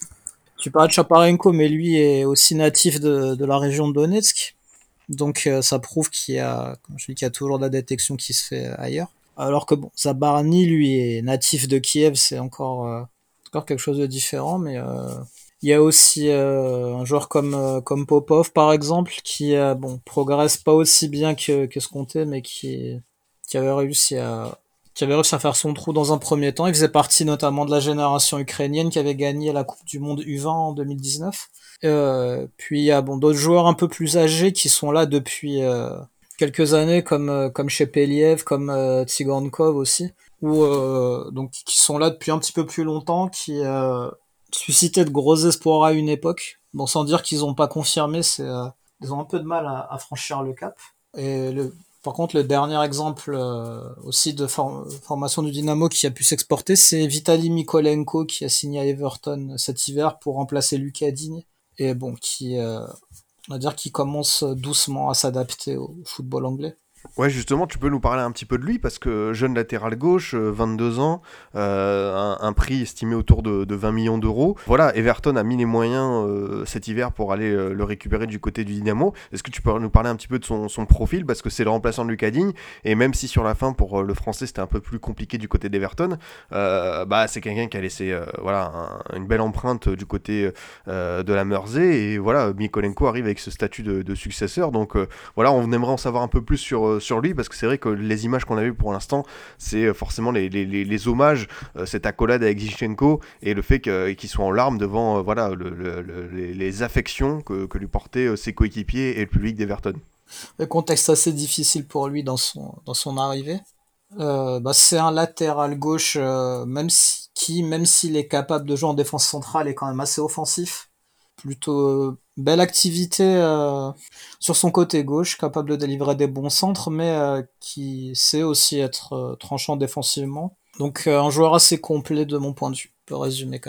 tu parles de Chaparenko, mais lui est aussi natif de, de la région de Donetsk. Donc euh, ça prouve qu'il y a, comme je dis, qu'il y a toujours de la détection qui se fait ailleurs. Alors que bon, Zabarny, lui, est natif de Kiev, c'est encore, euh, encore quelque chose de différent, mais euh, il y a aussi euh, un joueur comme, euh, comme Popov, par exemple, qui euh, bon, progresse pas aussi bien que, que ce comptait, mais qui, qui avait réussi à, qui avait réussi à faire son trou dans un premier temps. Il faisait partie notamment de la génération ukrainienne qui avait gagné la Coupe du Monde U vingt en deux mille dix-neuf. Euh, puis il y a bon, d'autres joueurs un peu plus âgés qui sont là depuis euh, quelques années, comme, euh, comme chez Peliev, comme euh, Tsigankov aussi, ou euh, donc qui sont là depuis un petit peu plus longtemps, qui euh, suscitaient de gros espoirs à une époque. Bon, sans dire qu'ils n'ont pas confirmé, c'est euh, ils ont un peu de mal à, à franchir le cap. Et le, par contre, le dernier exemple euh, aussi de for- formation du Dynamo qui a pu s'exporter, c'est Vitaly Mikolenko qui a signé à Everton cet hiver pour remplacer Lucas Digne et bon, qui, euh, on va dire, qui commence doucement à s'adapter au football anglais. Ouais, justement, tu peux nous parler un petit peu de lui, parce que jeune latéral gauche, euh, vingt-deux ans, euh, un, un prix estimé autour de, de vingt millions d'euros. Voilà, Everton a mis les moyens euh, cet hiver pour aller euh, le récupérer du côté du Dynamo. Est-ce que tu peux nous parler un petit peu de son, son profil, parce que c'est le remplaçant de Lucas Digne, et même si sur la fin, pour euh, le français, c'était un peu plus compliqué du côté d'Everton, euh, bah, c'est quelqu'un qui a laissé euh, voilà, un- une belle empreinte du côté euh, de la Mersey, et voilà, Mikolenko arrive avec ce statut de, de successeur, donc euh, voilà, on aimerait en savoir un peu plus sur, euh, sur lui, parce que c'est vrai que les images qu'on a vues pour l'instant, c'est euh, forcément les, les, les, les hommages, euh, cette accolade avec Zichenko, et le fait que- qu'il soit en larmes devant euh, voilà, le, le, le, les, les affections que, que lui portaient euh, ses coéquipiers et le public d'Everton. Le contexte assez difficile pour lui dans son, dans son arrivée. Euh, bah, c'est un latéral gauche, euh, même si, qui, même s'il est capable de jouer en défense centrale, est quand même assez offensif. Plutôt euh, belle activité euh, sur son côté gauche, capable de délivrer des bons centres, mais euh, qui sait aussi être euh, tranchant défensivement. Donc euh, un joueur assez complet de mon point de vue, on peut résumer comme ça.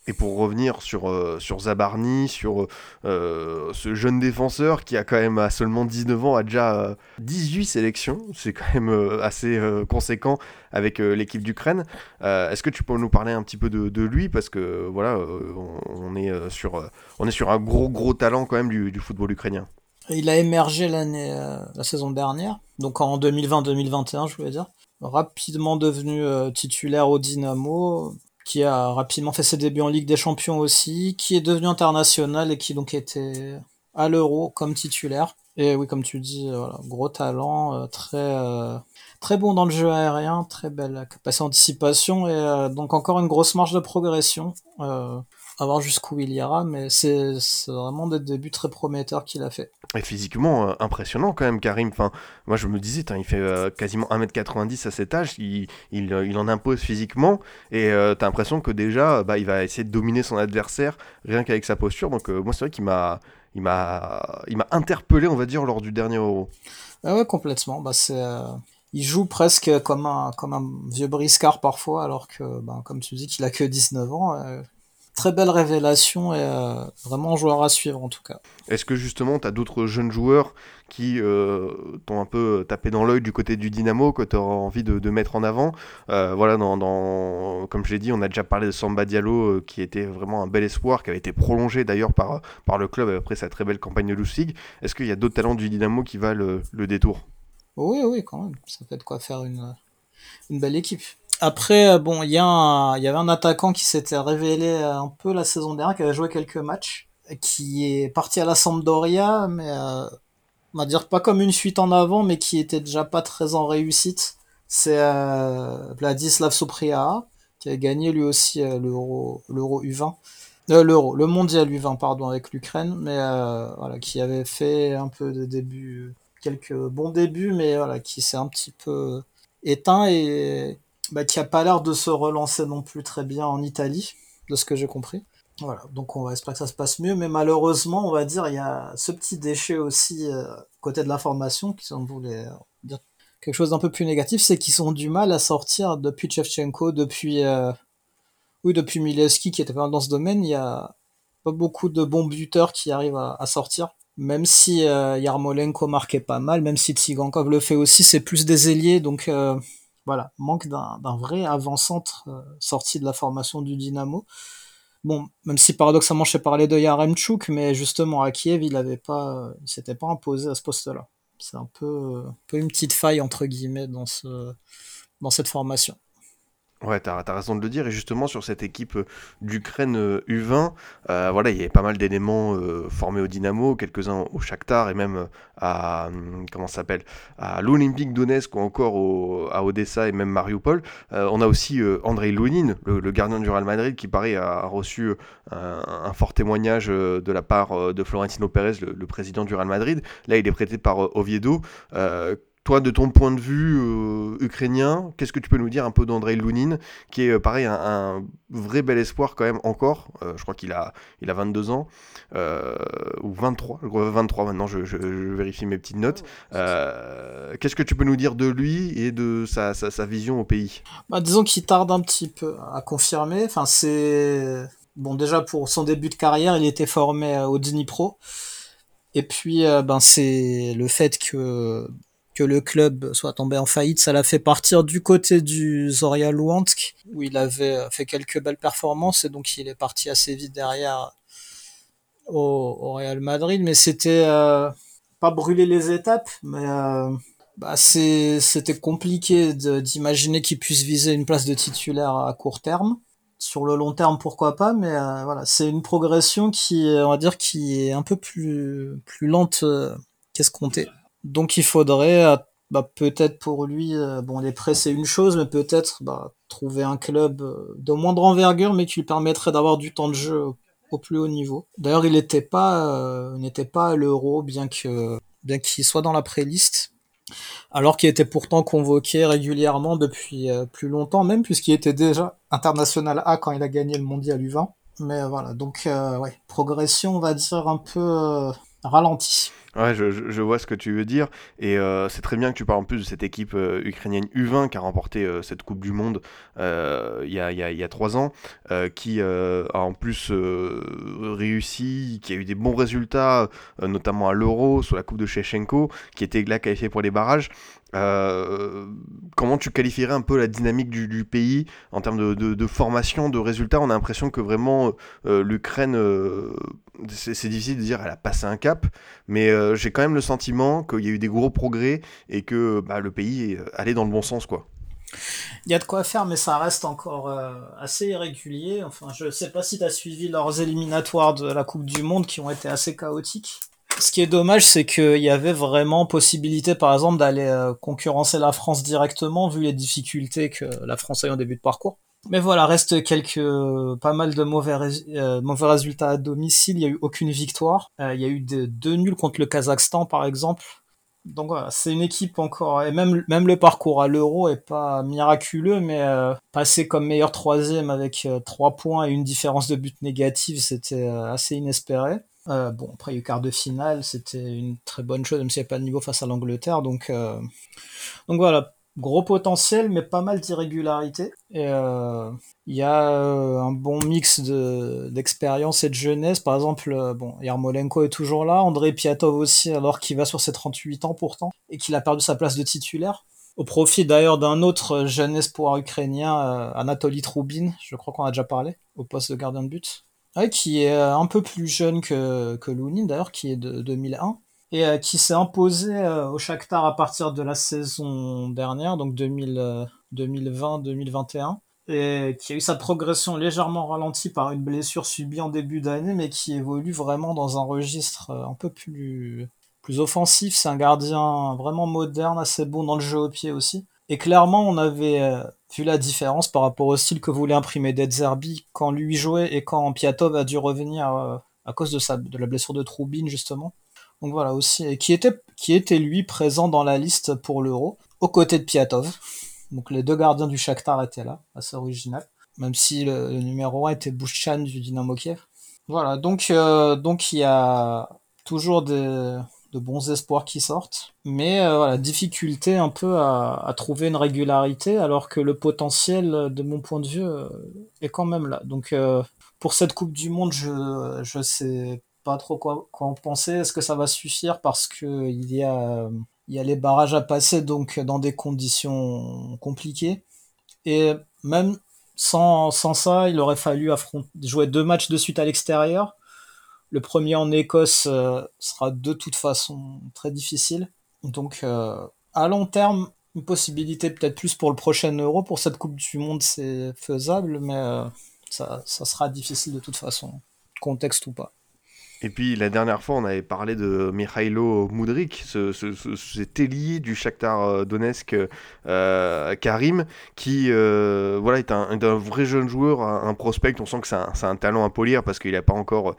Et pour revenir sur, euh, sur Zabarny, sur euh, ce jeune défenseur qui a quand même à seulement dix-neuf ans, a déjà euh, dix-huit sélections, c'est quand même euh, assez euh, conséquent avec euh, l'équipe d'Ukraine. Euh, est-ce que tu peux nous parler un petit peu de, de lui, parce que voilà, euh, on, on est euh, sur, euh, on est sur un gros gros talent quand même du, du football ukrainien. Il a émergé l'année, euh, la saison dernière, donc en deux mille vingt deux mille vingt et un, je voulais dire. Rapidement devenu euh, titulaire au Dynamo, qui a rapidement fait ses débuts en Ligue des Champions aussi, qui est devenu international et qui donc était à l'Euro comme titulaire. Et oui, comme tu dis, euh, voilà, gros talent, euh, très euh, très bon dans le jeu aérien, très belle capacité d'anticipation et euh, donc encore une grosse marge de progression. Euh, à voir jusqu'où il ira, mais c'est, c'est vraiment des débuts très prometteurs qu'il a fait. Et physiquement, euh, impressionnant quand même, Karim. Enfin, moi, je me disais, tain, il fait euh, quasiment un mètre quatre-vingt-dix à cet âge, il, il, euh, il en impose physiquement, et euh, t'as l'impression que déjà, bah, il va essayer de dominer son adversaire, rien qu'avec sa posture. Donc, euh, moi, c'est vrai qu'il m'a, il m'a, il m'a interpellé, on va dire, lors du dernier Euro. Ah ouais, complètement. Bah, c'est, euh, il joue presque comme un, comme un vieux briscard parfois, alors que, bah, comme tu dis, qu'il a que dix-neuf ans. Euh, très belle révélation et euh, vraiment un joueur à suivre en tout cas. Est-ce que justement, tu as d'autres jeunes joueurs qui euh, t'ont un peu tapé dans l'œil du côté du Dynamo, que tu as envie de, de mettre en avant? euh, Voilà, dans, dans, comme je l'ai dit, on a déjà parlé de Samba Diallo, euh, qui était vraiment un bel espoir, qui avait été prolongé d'ailleurs par, par le club après sa très belle campagne de Lousig. Est-ce qu'il y a d'autres talents du Dynamo qui valent le, le détour? Oui, oui, quand même. Ça fait de quoi faire une, une belle équipe. Après, euh, bon, il y, a un- il y avait un attaquant qui s'était révélé euh, un peu la saison dernière, qui avait joué quelques matchs, qui est parti à la Sampdoria, mais euh, on va dire pas comme une fuite en avant, mais qui était déjà pas très en réussite. C'est euh, Vladislav Sopriaa, qui a gagné lui aussi euh, l'Euro, l'Euro U vingt. Euh, L'Euro, le mondial U vingt, pardon, avec l'Ukraine, mais euh, voilà, qui avait fait un peu de début, quelques bons débuts, mais voilà, qui s'est un petit peu éteint et bah, qui a pas l'air de se relancer non plus très bien en Italie, de ce que j'ai compris. Voilà, donc on va espérer que ça se passe mieux, mais malheureusement, on va dire, il y a ce petit déchet aussi euh, côté de la formation, qui sont, voulait euh, dire quelque chose d'un peu plus négatif, c'est qu'ils ont du mal à sortir depuis Shevchenko, depuis euh, oui, depuis Milevski qui était pas mal dans ce domaine, il y a pas beaucoup de bons buteurs qui arrivent à, à sortir. Même si euh, Yarmolenko marquait pas mal, même si Tsigankov le fait aussi, c'est plus des ailiers, donc euh, voilà, manque d'un, d'un vrai avant-centre euh, sorti de la formation du Dynamo. Bon, même si paradoxalement je sais parler de Yaremchuk, mais justement à Kiev il avait pas, il s'était pas imposé à ce poste-là. C'est un peu, un peu une petite faille entre guillemets dans ce, dans cette formation. Ouais, t'as, t'as raison de le dire. Et justement, sur cette équipe euh, d'Ukraine euh, U vingt, euh, voilà, il y avait pas mal d'éléments euh, formés au Dynamo, quelques-uns au Shakhtar et même euh, à, hum, comment ça s'appelle, à l'Olympique Donetsk ou encore au- à Odessa et même Mariupol. Euh, on a aussi euh, Andrei Lunin, le, le gardien du Real Madrid, qui paraît a, a reçu euh, un, un fort témoignage euh, de la part euh, de Florentino Pérez, le, le président du Real Madrid. Là, il est prêté par euh, Oviedo. Euh, Toi, de ton point de vue euh, ukrainien, qu'est-ce que tu peux nous dire un peu d'Andrei Lunin, qui est euh, pareil un, un vrai bel espoir quand même encore. Euh, je crois qu'il a, il a vingt-deux ans, euh, ou vingt-trois, je crois vingt-trois maintenant, je, je- je vérifie mes petites notes. Euh, qu'est-ce que tu peux nous dire de lui et de sa, sa, sa vision au pays? Bah, disons qu'il tarde un petit peu à confirmer. Enfin, c'est bon déjà pour son début de carrière, il était formé euh, au Dnipro. Et puis, euh, ben c'est le fait que que le club soit tombé en faillite, ça l'a fait partir du côté du Zorya Luhansk, où il avait euh, fait quelques belles performances, et donc il est parti assez vite derrière au, au Real Madrid. Mais c'était euh, pas brûler les étapes, mais euh, bah c'est c'était compliqué de- d'imaginer qu'il puisse viser une place de titulaire à court terme. Sur le long terme, pourquoi pas, mais euh, voilà, c'est une progression qui, on va dire, qui est un peu plus plus lente euh, qu'escompté. Donc il faudrait, euh, bah, peut-être pour lui, euh, bon, les prêts c'est une chose, mais peut-être bah, trouver un club euh, de moindre envergure, mais qui lui permettrait d'avoir du temps de jeu au, au plus haut niveau. D'ailleurs, il n'était pas, euh, il n'était pas à l'Euro, bien que bien qu'il soit dans la pré-liste, alors qu'il était pourtant convoqué régulièrement depuis euh, plus longtemps même, puisqu'il était déjà international A quand il a gagné le mondial U vingt. Mais euh, voilà, donc euh, ouais, progression, on va dire, un peu euh, ralentie. Ouais, je, je, je vois ce que tu veux dire, et euh, c'est très bien que tu parles en plus de cette équipe euh, ukrainienne U vingt qui a remporté euh, cette Coupe du Monde euh, il y a, il y a, il y a trois ans, euh, qui euh, a en plus euh, réussi, qui a eu des bons résultats, euh, notamment à l'Euro, sur la Coupe de Shevchenko, qui était là qualifié pour les barrages. Euh, comment tu qualifierais un peu la dynamique du, du pays en termes de, de, de formation, de résultats? On a l'impression que vraiment euh, l'Ukraine, euh, c'est, c'est difficile de dire elle a passé un cap, mais euh, j'ai quand même le sentiment qu'il y a eu des gros progrès et que bah, le pays est allé dans le bon sens, quoi. Il y a de quoi faire, mais ça reste encore euh, assez irrégulier. Enfin, je sais pas si tu as suivi leurs éliminatoires de la Coupe du Monde qui ont été assez chaotiques. Ce qui est dommage, c'est qu'il y avait vraiment possibilité, par exemple, d'aller euh, concurrencer la France directement, vu les difficultés que la France a eu en début de parcours. Mais voilà, reste quelques, pas mal de mauvais, rés- euh, mauvais résultats à domicile. Il y a eu aucune victoire. Euh, il y a eu de- deux nuls contre le Kazakhstan, par exemple. Donc voilà, c'est une équipe encore, et même, même le parcours à l'Euro est pas miraculeux, mais euh, passer comme meilleur troisième avec euh, trois points et une différence de but négative, c'était euh, assez inespéré. Euh, bon, après, il y a eu quart de finale, c'était une très bonne chose, même s'il n'y a pas de niveau face à l'Angleterre. Donc, euh, donc voilà, gros potentiel, mais pas mal d'irrégularités. Et euh, il y a euh, un bon mix de, d'expérience et de jeunesse. Par exemple, euh, bon, Yarmolenko est toujours là, Andrei Piatov aussi, alors qu'il va sur ses trente-huit ans pourtant, et qu'il a perdu sa place de titulaire. Au profit d'ailleurs d'un autre jeune espoir ukrainien, euh, Anatoly Troubin, je crois qu'on a déjà parlé, au poste de gardien de but. Ouais, qui est euh, un peu plus jeune que, que Lunin d'ailleurs, qui est de deux mille un, et euh, qui s'est imposé euh, au Shakhtar à partir de la saison dernière, donc deux mille, euh, deux mille vingt deux mille vingt et un, et qui a eu sa progression légèrement ralentie par une blessure subie en début d'année, mais qui évolue vraiment dans un registre euh, un peu plus, plus offensif. C'est un gardien vraiment moderne, assez bon dans le jeu au pied aussi. Et clairement, on avait euh, vu la différence par rapport au style que voulait imprimer De Zerbi quand lui jouait et quand Piatov a dû revenir euh, à cause de, sa, de la blessure de Troubin, justement. Donc voilà, aussi, et qui était, qui était lui présent dans la liste pour l'Euro, aux côtés de Piatov. Donc les deux gardiens du Shakhtar étaient là, assez original. Même si le, le numéro un était Bushchan du Dynamo Kiev. Voilà, donc euh, donc il y a toujours des de bons espoirs qui sortent, mais euh, voilà, difficulté un peu à, à trouver une régularité, alors que le potentiel, de mon point de vue, euh, est quand même là. Donc euh, pour cette Coupe du Monde, je je sais pas trop quoi, quoi en penser. Est-ce que ça va suffire parce que il y a il y a les barrages à passer, donc dans des conditions compliquées, et même sans, sans ça, il aurait fallu affronter, jouer deux matchs de suite à l'extérieur. Le premier en Écosse euh, sera de toute façon très difficile. Donc, euh, à long terme, une possibilité peut-être plus pour le prochain Euro. Pour cette Coupe du Monde, c'est faisable, mais euh, ça, ça sera difficile de toute façon, contexte ou pas. Et puis la dernière fois, on avait parlé de Mikhailo Mudryk, ce, ce, ce- cet ailier du Shakhtar euh, Donetsk, euh, Karim, qui euh, voilà, est un, est un vrai jeune joueur, un, un prospect. On sent que c'est un, c'est un talent à polir parce qu'il n'a pas encore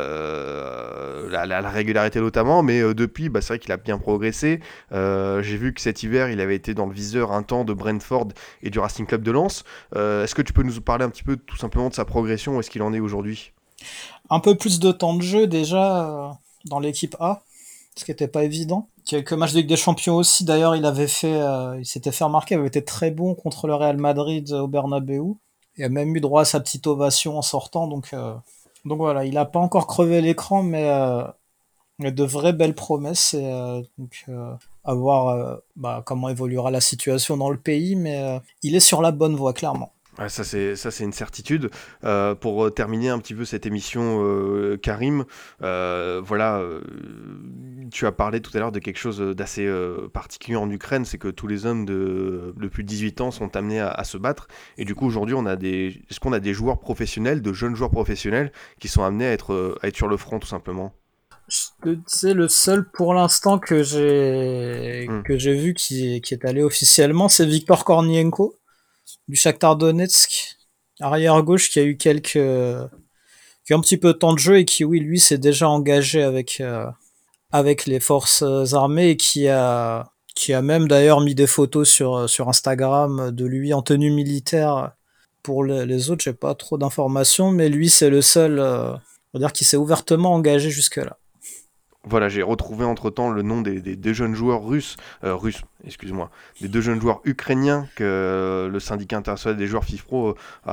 euh, la, la- la régularité notamment, mais euh, depuis, bah, c'est vrai qu'il a bien progressé. Euh, j'ai vu que cet hiver, il avait été dans le viseur un temps de Brentford et du Racing Club de Lens. Euh, est-ce que tu peux nous parler un petit peu tout simplement de sa progression, où est-ce qu'il en est aujourd'hui? Un peu plus de temps de jeu déjà euh, dans l'équipe A, ce qui n'était pas évident. Quelques matchs de Ligue des Champions aussi, d'ailleurs, il avait fait, euh, il s'était fait remarquer, il avait été très bon contre le Real Madrid au Bernabeu. Il a même eu droit à sa petite ovation en sortant, donc, euh, donc voilà, il n'a pas encore crevé l'écran, mais euh, il y a de vraies belles promesses, et euh, donc euh, à voir euh, bah, comment évoluera la situation dans le pays, mais euh, il est sur la bonne voie, clairement. Ouais, ça c'est ça c'est une certitude. Euh, pour euh, terminer un petit peu cette émission, euh, Karim, euh, voilà, euh, tu as parlé tout à l'heure de quelque chose d'assez euh, particulier en Ukraine, c'est que tous les hommes de, de plus de dix-huit ans sont amenés à, à se battre. Et du coup aujourd'hui, on a des, est-ce qu'on a des joueurs professionnels, de jeunes joueurs professionnels, qui sont amenés à être euh, à être sur le front tout simplement? C'est le seul pour l'instant que j'ai Hmm. que j'ai vu qui, qui est allé officiellement, c'est Viktor Kornienko du Shakhtar Donetsk, arrière gauche, qui a eu quelques qui a eu un petit peu de temps de jeu et qui, oui, lui, s'est déjà engagé avec euh, avec les forces armées, et qui a qui a même d'ailleurs mis des photos sur sur Instagram de lui en tenue militaire. Pour les, les autres, j'ai pas trop d'informations, mais lui, c'est le seul, euh, on va dire, qui s'est ouvertement engagé jusque là. Voilà, j'ai retrouvé entre-temps le nom des, des deux jeunes joueurs russes, euh, russes, excuse-moi, des deux jeunes joueurs ukrainiens que euh, le syndicat international des joueurs FIFPro euh,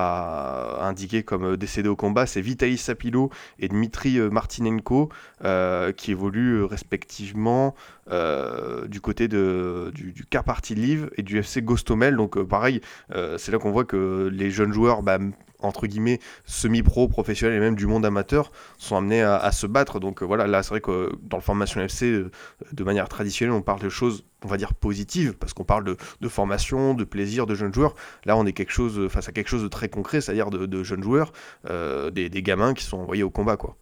a indiqué comme euh, décédés au combat. C'est Vitaly Sapilo et Dmitry euh, Martinenko, euh, qui évoluent euh, respectivement euh, du côté de, du, du Karpaty Lviv et du F C Gostomel. Donc euh, pareil, euh, c'est là qu'on voit que les jeunes joueurs, bah, entre guillemets, semi-pro, professionnels et même du monde amateur, sont amenés à, à se battre. Donc euh, voilà, là c'est vrai que dans le formation F C, euh, de manière traditionnelle, on parle de choses, on va dire, positives, parce qu'on parle de, de formation, de plaisir, de jeunes joueurs. Là on est quelque chose, face à quelque chose de très concret, c'est-à-dire de, de jeunes joueurs, euh, des, des gamins qui sont envoyés au combat, quoi.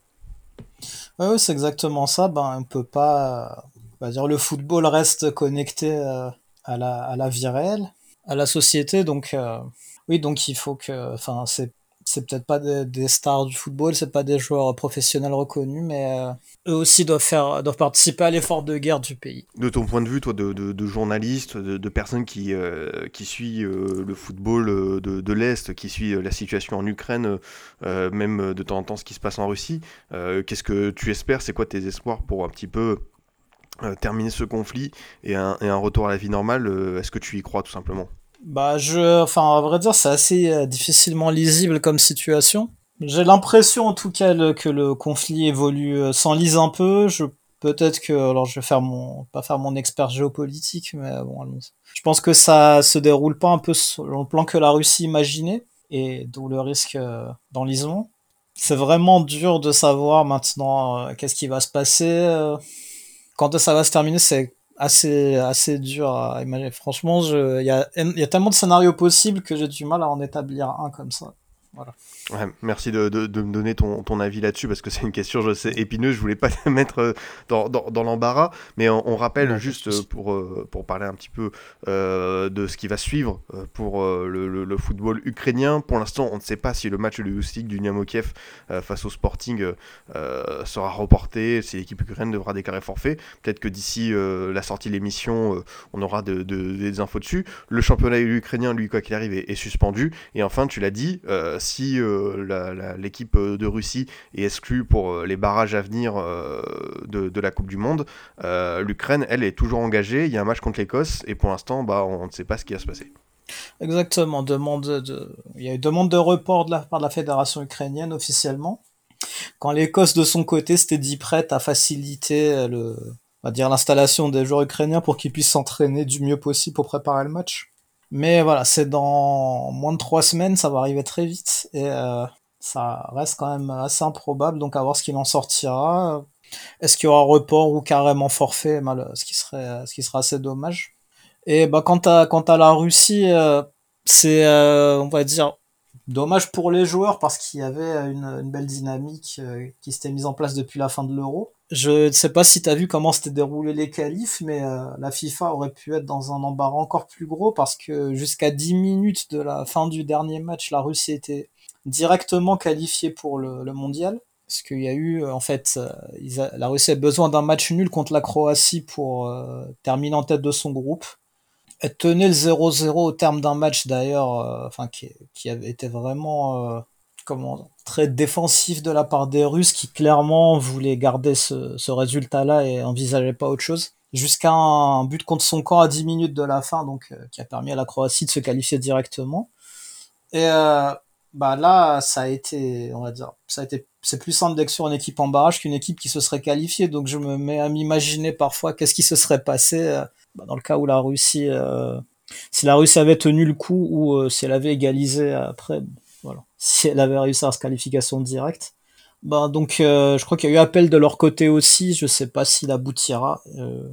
Ouais, ouais, c'est exactement ça. Ben, on peut pas. On va dire le football reste connecté euh, à la, à la vie réelle, à la société. Donc, euh, oui, donc il faut que. Enfin, c'est, c'est peut-être pas des, des stars du football, c'est pas des joueurs professionnels reconnus, mais euh, eux aussi doivent faire, doivent participer à l'effort de guerre du pays. De ton point de vue, toi, de, de, de journaliste, de, de personne qui, euh, qui suit euh, le football euh, de, de l'Est, qui suit euh, la situation en Ukraine, euh, même euh, de temps en temps ce qui se passe en Russie, euh, qu'est-ce que tu espères? C'est quoi tes espoirs pour un petit peu euh, terminer ce conflit et un, et un retour à la vie normale? euh, Est-ce que tu y crois tout simplement? Bah, je, enfin, à vrai dire, c'est assez euh, difficilement lisible comme situation. J'ai l'impression, en tout cas, le- que le conflit évolue, euh, s'enlise un peu. Je, peut-être que, alors, je vais faire mon, pas faire mon expert géopolitique, mais euh, bon, allons. Je pense que ça se déroule pas un peu sur le plan que la Russie imaginait, et d'où le risque euh, d'enlisement. C'est vraiment dur de savoir maintenant euh, qu'est-ce qui va se passer. euh, Quand ça va se terminer, c'est assez, assez dur à imaginer. Franchement, je, il y a, il y a tellement de scénarios possibles que j'ai du mal à en établir un comme ça. Voilà. Ouais, merci de, de, de me donner ton, ton avis là-dessus, parce que c'est une question, je sais, épineuse. Je voulais pas te mettre euh, dans, dans, dans l'embarras, mais on, on rappelle Non, juste pas de euh, souci. pour, euh, pour parler un petit peu euh, de ce qui va suivre euh, pour euh, le, le, le football ukrainien. Pour l'instant, on ne sait pas si le match de Youth League du Dynamo Kiev euh, face au Sporting euh, euh, sera reporté, si l'équipe ukrainienne devra déclarer forfait. Peut-être que d'ici euh, la sortie de l'émission, euh, on aura de, de, des infos dessus. Le championnat ukrainien, lui, quoi qu'il arrive, est, est suspendu. Et enfin, tu l'as dit, euh, si euh, La, la, l'équipe de Russie est exclue pour les barrages à venir euh, de, de la Coupe du Monde, euh, l'Ukraine, elle, est toujours engagée. Il y a un match contre l'Écosse et pour l'instant, bah, on ne sait pas ce qui va se passer. Exactement. Demande de, il y a une demande de report de la part de la fédération ukrainienne officiellement. Quand l'Écosse de son côté s'était dit prête à faciliter le, on va dire l'installation des joueurs ukrainiens pour qu'ils puissent s'entraîner du mieux possible pour préparer le match. Mais voilà, c'est dans moins de trois semaines, ça va arriver très vite et euh, ça reste quand même assez improbable. Donc à voir ce qu'il en sortira. Est-ce qu'il y aura report ou carrément forfait, mal, ce qui serait, ce qui sera assez dommage. Et bah quant à quant à la Russie, euh, c'est euh, on va dire dommage pour les joueurs parce qu'il y avait une, une belle dynamique euh, qui s'était mise en place depuis la fin de l'Euro. Je ne sais pas si tu as vu comment s'étaient déroulés les qualifs, mais euh, la FIFA aurait pu être dans un embarras encore plus gros parce que jusqu'à dix minutes de la fin du dernier match, la Russie était directement qualifiée pour le, le mondial. Parce qu'il y a eu, en fait, euh, ils a- la Russie a besoin d'un match nul contre la Croatie pour euh, terminer en tête de son groupe. Elle tenait le zéro zéro au terme d'un match d'ailleurs, euh, enfin qui, qui avait été vraiment euh, comment très défensif de la part des Russes qui clairement voulaient garder ce, ce résultat-là et envisageaient pas autre chose. Jusqu'à un but contre son camp à dix minutes de la fin, donc euh, qui a permis à la Croatie de se qualifier directement. Et euh, bah là, ça a été, on va dire, ça a été, c'est plus simple d'exclure une équipe en barrage qu'une équipe qui se serait qualifiée. Donc je me mets à m'imaginer parfois qu'est-ce qui se serait passé euh, bah, dans le cas où la Russie, euh, si la Russie avait tenu le coup ou euh, si elle avait égalisé après, voilà, si elle avait réussi à se qualification directe. Bah donc euh, je crois qu'il y a eu appel de leur côté aussi. Je sais pas s'il aboutira. Euh,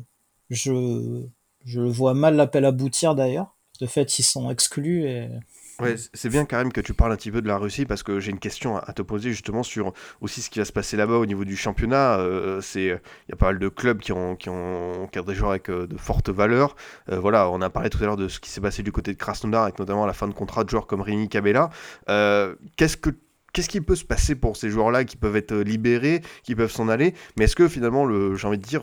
je je vois mal l'appel aboutir d'ailleurs. De fait, ils sont exclus et Ouais, c- c'est bien quand même que tu parles un petit peu de la Russie parce que j'ai une question à à te poser justement sur aussi ce qui va se passer là-bas au niveau du championnat. Euh, c'est, il y a pas mal de clubs qui ont, qui ont, qui ont des joueurs avec euh, de fortes valeurs. Euh, voilà, on a parlé tout à l'heure de ce qui s'est passé du côté de Krasnodar avec notamment la fin de contrat de joueurs comme Rini Kabela. Euh, qu'est-ce que Qu'est-ce qui peut se passer pour ces joueurs-là qui peuvent être libérés, qui peuvent s'en aller? Mais est-ce que finalement, le, j'ai envie de dire,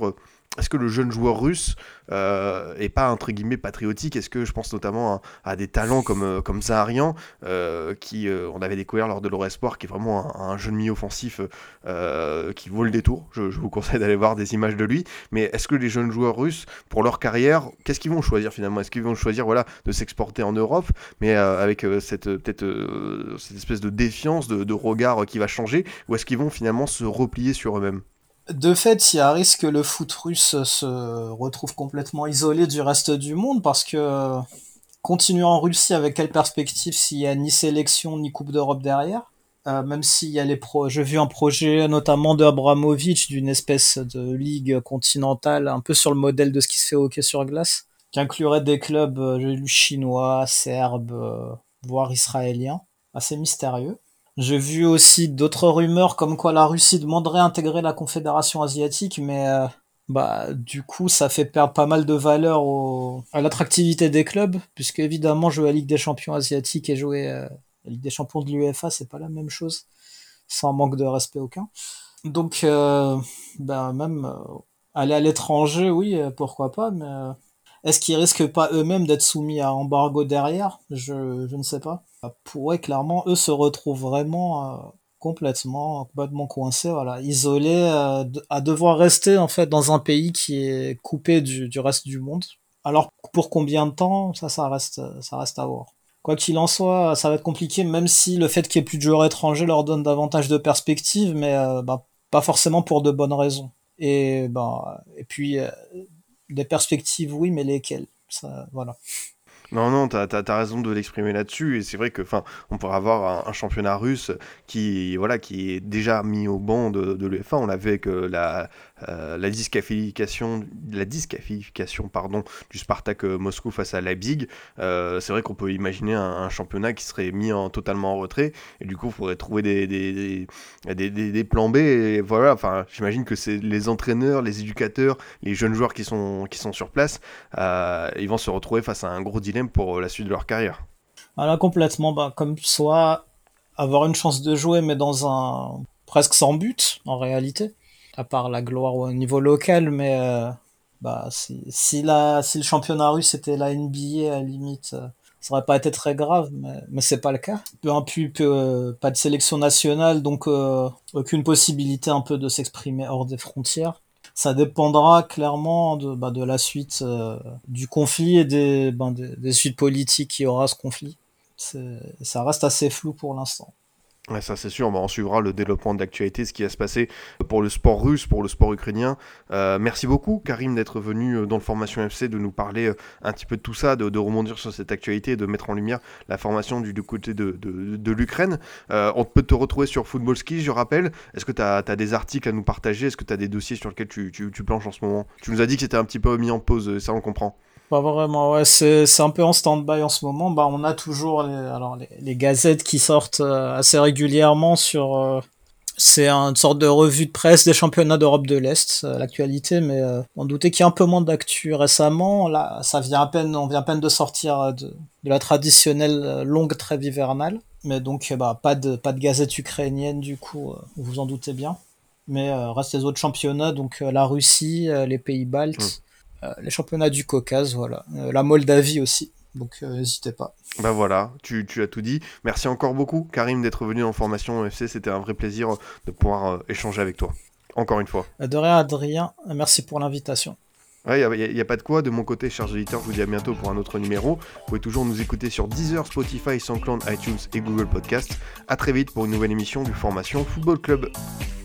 est-ce que le jeune joueur russe euh, est pas entre guillemets patriotique? Est-ce que je pense notamment à, à des talents comme, euh, comme Zaharian, euh, qui euh, on avait découvert lors de l'Eurosport, qui est vraiment un, un jeune milieu offensif euh, qui vaut le détour. Je, je vous conseille d'aller voir des images de lui. Mais est-ce que les jeunes joueurs russes, pour leur carrière, qu'est-ce qu'ils vont choisir finalement? Est-ce qu'ils vont choisir voilà, de s'exporter en Europe, mais euh, avec euh, cette, peut-être, euh, cette espèce de défiance, de, de regard qui va changer, ou est-ce qu'ils vont finalement se replier sur eux-mêmes? De fait, il y a un risque que le foot russe se retrouve complètement isolé du reste du monde, parce que continuer en Russie, avec quelle perspective s'il y a ni sélection ni Coupe d'Europe derrière? Euh, même s'il y a les pro, j'ai vu un projet notamment de Abramovich d'une espèce de ligue continentale, un peu sur le modèle de ce qui se fait au hockey sur glace, qui inclurait des clubs, euh, j'ai lu chinois, serbes, euh, voire israéliens, assez mystérieux. J'ai vu aussi d'autres rumeurs comme quoi la Russie demanderait à intégrer la Confédération asiatique, mais euh, bah du coup ça fait perdre pas mal de valeur au, à l'attractivité des clubs, puisque évidemment jouer à la Ligue des Champions asiatique et jouer à la Ligue des Champions de l'UEFA, c'est pas la même chose, sans manque de respect aucun. Donc euh, bah même euh, aller à l'étranger, oui, euh, pourquoi pas, mais euh, est-ce qu'ils risquent pas eux-mêmes d'être soumis à embargo derrière? Je, je ne sais pas. Ça pourrait clairement, eux, se retrouvent vraiment euh, complètement, complètement coincés, voilà, isolés, euh, de- à devoir rester en fait dans un pays qui est coupé du, du reste du monde. Alors pour combien de temps, ça, ça reste, ça reste à voir. Quoi qu'il en soit, ça va être compliqué, même si le fait qu'il y ait plus de joueurs étrangers leur donne davantage de perspectives, mais euh, bah, pas forcément pour de bonnes raisons. Et bah, et puis euh, des perspectives, oui, mais lesquelles? Ça, voilà. Non, non, t'as, t'as, t'as raison de l'exprimer là-dessus, et c'est vrai que, enfin, on pourrait avoir un, un championnat russe qui, voilà, qui est déjà mis au banc de, de l'UEFA. On l'a vu avec euh, la, euh, la disqualification, la disqualification, pardon, du Spartak euh, Moscou face à Leipzig. Euh, c'est vrai qu'on peut imaginer un, un championnat qui serait mis en, totalement en retrait, et du coup, il faudrait trouver des, des, des, des, des- des plans B. Et voilà, enfin, j'imagine que c'est les entraîneurs, les éducateurs, les jeunes joueurs qui sont, qui sont sur place, euh, ils vont se retrouver face à un gros dilemme pour la suite de leur carrière. Voilà, complètement, bah, comme soit avoir une chance de jouer, mais dans un presque sans but, en réalité, à part la gloire au niveau local, mais euh, bah, si, si, la, si le championnat russe était la N B A, à la limite, euh, ça aurait pas été très grave, mais, mais c'est pas le cas. Peu un peu, peu, pas de sélection nationale, donc euh, aucune possibilité un peu de s'exprimer hors des frontières. Ça dépendra clairement de, bah, de la suite euh, du conflit et des, ben, des, des suites politiques qu'il y aura à ce conflit. C'est, ça reste assez flou pour l'instant. Ouais, ça c'est sûr, bah, on suivra le développement de l'actualité, ce qui va se passer pour le sport russe, pour le sport ukrainien. Euh, merci beaucoup Karim d'être venu dans le Formation F C, de nous parler un petit peu de tout ça, de, de rebondir sur cette actualité et de mettre en lumière la formation du, du côté de, de, de l'Ukraine. Euh, on peut te retrouver sur Football Ski, je rappelle. Est-ce que tu as des articles à nous partager? Est-ce que tu as des dossiers sur lesquels tu, tu, tu planches en ce moment? Tu nous as dit que c'était un petit peu mis en pause, ça on comprend. Pas vraiment, ouais, c'est, c'est un peu en stand-by en ce moment. Bah, on a toujours les, alors les, les gazettes qui sortent euh, assez régulièrement sur. Euh, c'est une sorte de revue de presse des championnats d'Europe de l'Est, euh, l'actualité, mais euh, on doutait qu'il y a un peu moins d'actu récemment. Là, ça vient à peine, on vient à peine de sortir de, de la traditionnelle euh, longue trêve hivernale. Mais donc, euh, bah, pas de, pas de gazette ukrainienne du coup, euh, vous vous en doutez bien. Mais euh, reste les autres championnats, donc euh, la Russie, euh, les pays baltes. Mmh. Euh, les championnats du Caucase, voilà. Euh, la Moldavie aussi, donc euh, n'hésitez pas. Bah voilà, tu, tu as tout dit. Merci encore beaucoup Karim d'être venu en Formation F C, c'était un vrai plaisir de pouvoir euh, échanger avec toi. Encore une fois. Euh, de rien, Adrien, merci pour l'invitation. Ouais, il n'y a, a, a pas de quoi. De mon côté, chers auditeurs, je vous dis à bientôt pour un autre numéro. Vous pouvez toujours nous écouter sur Deezer, Spotify, SoundCloud, iTunes et Google Podcast. À très vite pour une nouvelle émission du Formation Football Club.